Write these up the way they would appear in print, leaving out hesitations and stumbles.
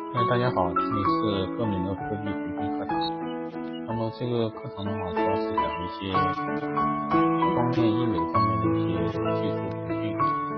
大家好，这里是各美乐科技培训课堂。那么这个课堂的话，主要是讲一些光电医美方面的一些技术培训。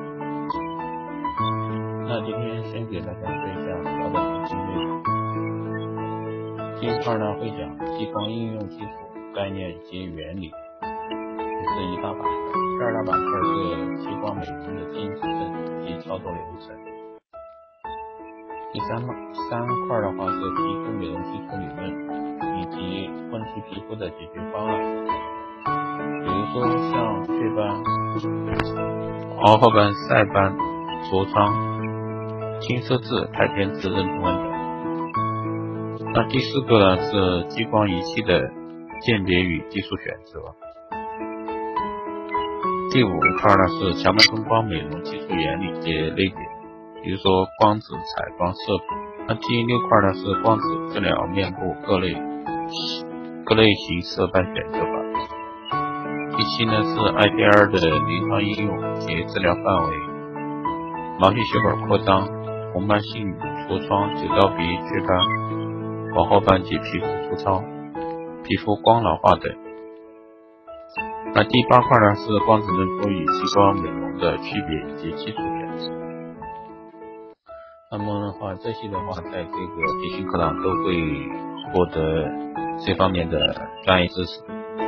那今天先给大家说一下主要的培训内容。第一块呢会讲激光应用基础概念及原理，这是一大板块。第二大板块是激光美容的经验指证及操作流程。第三块的话是皮肤美容基础理论以及问题皮肤的解决方案，比如说像雀斑、黄褐斑、晒斑、痤疮、青色痣、太田痣、妊娠纹等。那第四个呢是激光仪器的鉴别与技术选择。第五块呢是强脉冲光美容技术原理及类别，比如说光子、采光、射频。那第六块呢是光子治疗面部各类型色斑选择法。第七呢是 IPR 的临床应用及治疗范围，毛细血管扩张、红斑性痤疮、酒糟鼻、雀斑、黄褐斑及皮肤粗糙、皮肤光老化等。那第八块呢是光子嫩肤与激光美容的区别以及基础选择。那么的话，这些的话，在这个培训课堂都会获得这方面的专业知识。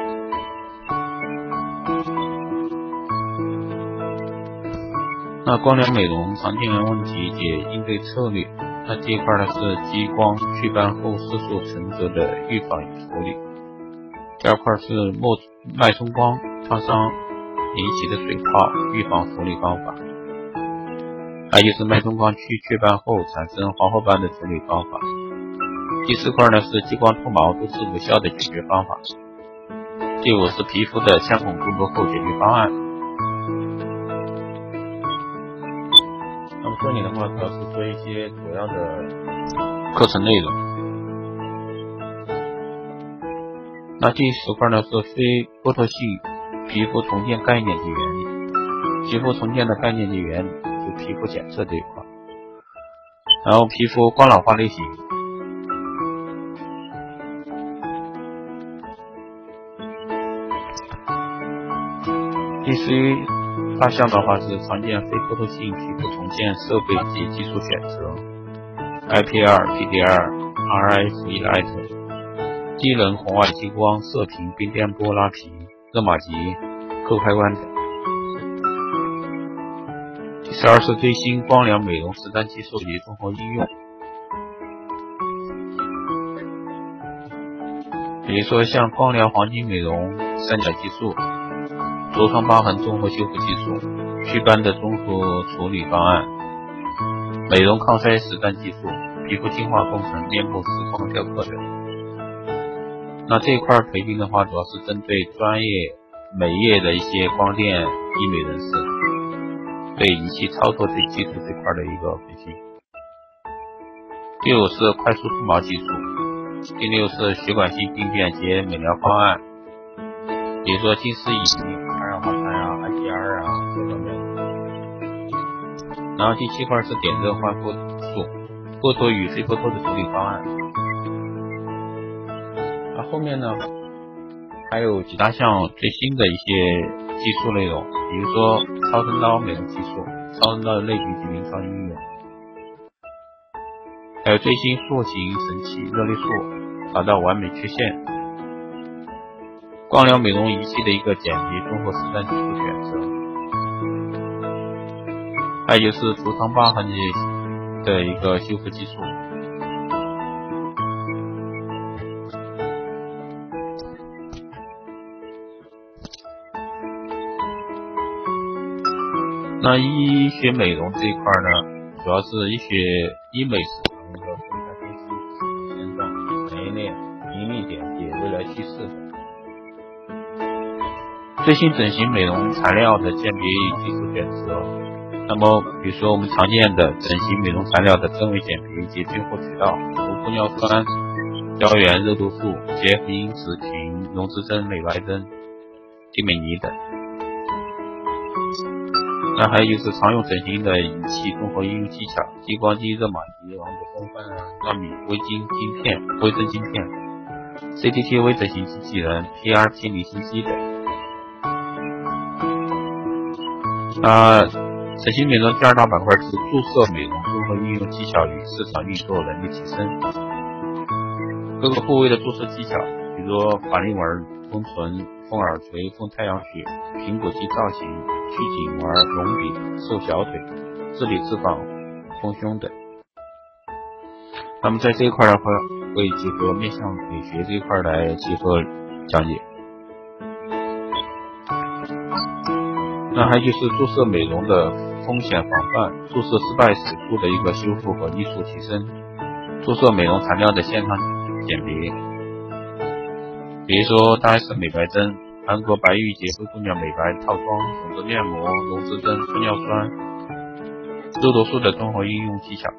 那光疗美容常见问题及应对策略。那这一块呢是激光祛斑后色素沉着的预防与处理。第二块是脉冲光创伤引起的水泡预防处理方法。还有就是脉冲光去雀斑后产生黄褐斑的处理方法。第四块呢是激光脱毛都是无效的解决方法。第五是皮肤的腔孔突破后解决方案。那么这里的话主要是说一些主要的课程内容。那第10块呢是非波托性皮肤重建概念及原理。皮肤重建的概念及原理就皮肤检测这一块，然后皮肤光老化类型。第11大项的话是常见非波托性皮肤重建设备及技术选择 ，IPR、PDR、RF Light、低能红外激光、射频、冰电波拉皮、热玛吉、扣开关等。第12是最新光疗美容实战技术及综合应用，比如说像光疗黄金美容三角技术、痤疮疤痕综合修复技术、祛斑的综合处理方案、美容抗衰实战技术、皮肤净化工程、面部时光雕刻等。那这一块培训的话，主要是针对专业美业的一些光电医美人士，对仪器操作对技术这块的一个培训。第5是快速脱毛技术。第6是血管性病变及美疗方案，比如说近视仪、二氧化碳啊、IPR 啊这方面。然后第7块是点阵焕肤术，波托与非波托的处理方案。后面呢还有几大项最新的一些技术内容，比如说超声刀美容技术、超声刀的类比及临床应用，还有最新塑形神器热力塑，达到完美缺陷，光疗美容仪器的一个简洁综合实战技术选择，还有就是痤疮疤痕的一个修复技术。那医学美容这一块呢，主要是医美市场的一个分拆分析现状、产业链、盈利点及未来趋势等。最新整形美容材料的鉴别与技术选择。那么比如说我们常见的整形美容材料的真伪鉴别以及进货渠道，如玻尿酸、胶原、热毒素、结合因子群、溶脂针、美白针、地美妮等。 那还有就是常用整形的仪器综合应用技巧，激光机、热玛吉、王子风范、纳米微针晶片、CTT 微整形机器人、PRP 离心机等。整形美容第二大板块是注射美容综合应用技巧与市场运作能力提升。各个部位的注射技巧，比如法令纹、丰唇、丰耳垂、丰太阳穴、苹果肌造型、去颈纹、隆鼻、瘦小腿、治理脂肪、丰胸等。那么在这一块的话，会结合面向美学这一块来结合讲解。那还就是注射美容的风险防范，注射失败手术的一个修复和艺术提升，注射美容材料的现场鉴别，比如说大 S 美白针、韩国白玉洁灰姑娘美白套装、种子面膜、溶脂针、玻尿酸、肉毒素的综合应用技巧。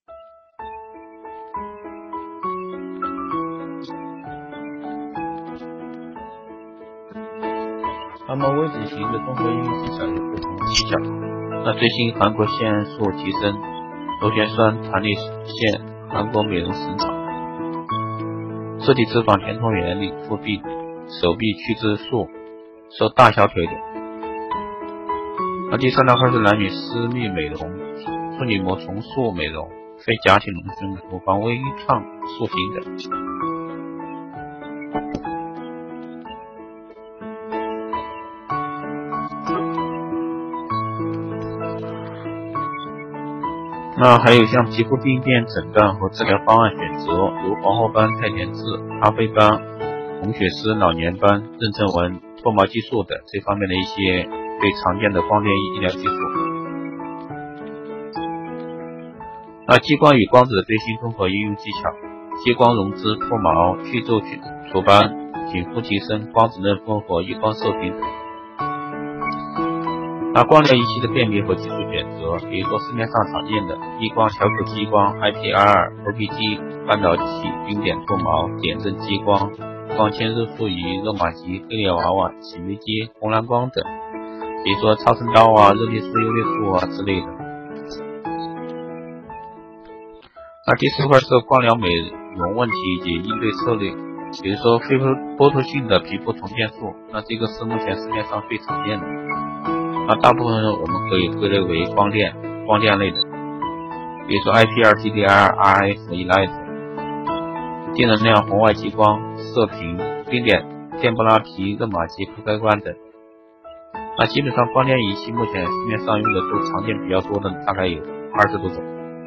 那么微整形的综合应用技巧有不同的技巧。那最新韩国腺素提升、螺旋酸弹力线、韩国美容神草、色体脂肪填充原理、腹壁、手臂去脂术、瘦大小腿等。那第三大块是男女私密美容、处女膜重塑美容、非假体隆胸、乳房微创塑形等。那还有像皮肤病变诊断和治疗方案选择，如黄褐斑、太田痣、咖啡斑、红血丝、老年斑、妊娠纹、脱毛激素等这方面的一些最常见的光电医疗技术。那激光与光子的最新综合应用技巧，激光溶脂、脱毛、去皱除斑、紧肤提升、光子嫩肤和激光射频等。那光疗仪器的辨别和技术选择，比如说市面上常见的激光、调口激光、IPR、OPG、半导体、冰点脱毛、点阵激光、光纤热束仪、热玛吉、黑脸娃娃、洗微机、红蓝光等，比如说超声刀热烈素、优烈素之类的。那第四块是光疗美容问题以及应对策略，比如说非剥脱性的皮肤重建术，那这个是目前市面上最常见的。那大部分我们可以归类为光电类的，比如说 IPR、TDR、RF、ELITE、低能量红外激光、射频、冰点、电波拉皮、热玛吉、铺开关等。那基本上光电仪器目前市面上用的都常见比较多的大概有20多种。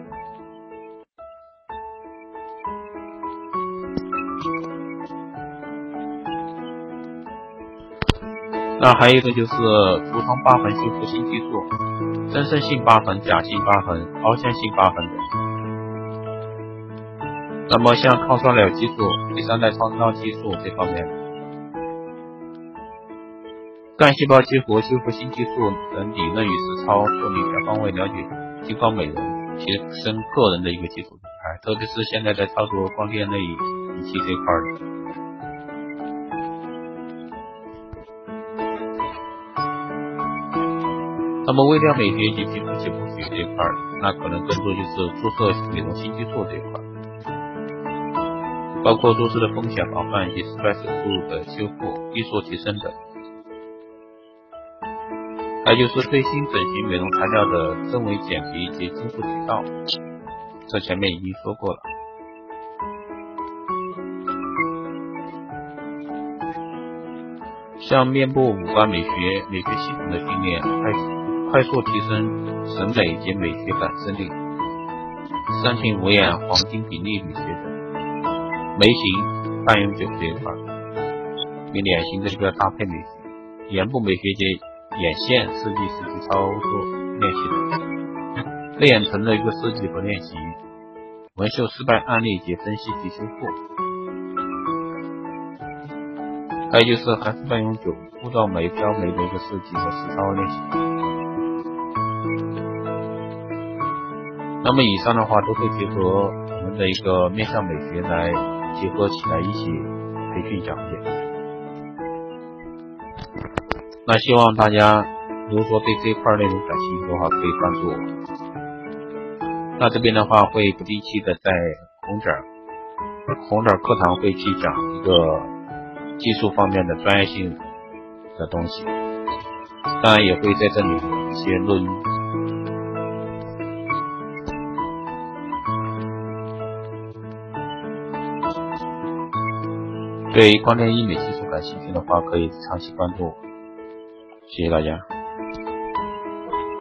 那还有一个就是痤疮疤痕修复新技术，增生性疤痕、假性疤痕、凹陷性疤痕等。那么像抗衰老技术、第三代超声刀技术这方面，干细胞激活修复新技术等理论与实操，助你全方位了解激光美容，提升个人的一个技术厉害，特别是现在在操作光电类仪器这一块的。那么微调美学以及皮肤解剖学这一块，那可能更多就是注射美容新技术这一块，包括注射的风险防范以及失败手术的修复、艺术提升等。还有就是最新整形美容材料的真伪鉴别以及支付渠道，这前面已经说过了。像面部五官美学系统的训练，快速提升审美及美学感知力，三庭五眼黄金比例美学等，眉形半永久这一块，与脸型的一个搭配美学，眼部美学及眼线设计实际操作练习等，泪眼层的一个设计和练习，纹绣失败案例及分析及修复。还有就是韩式半永久护照眉标眉的一个设计和实操练习。那么以上的话都会结合我们的一个面向美学来结合起来一起培训讲解。那希望大家如果说对这一块内容感兴趣的话，可以关注我。那这边的话会不定期的在红点课堂会去讲一个技术方面的专业性的东西，当然也会在这里有一些录音。对光电医美技术感兴趣的话，可以长期关注我。谢谢大家。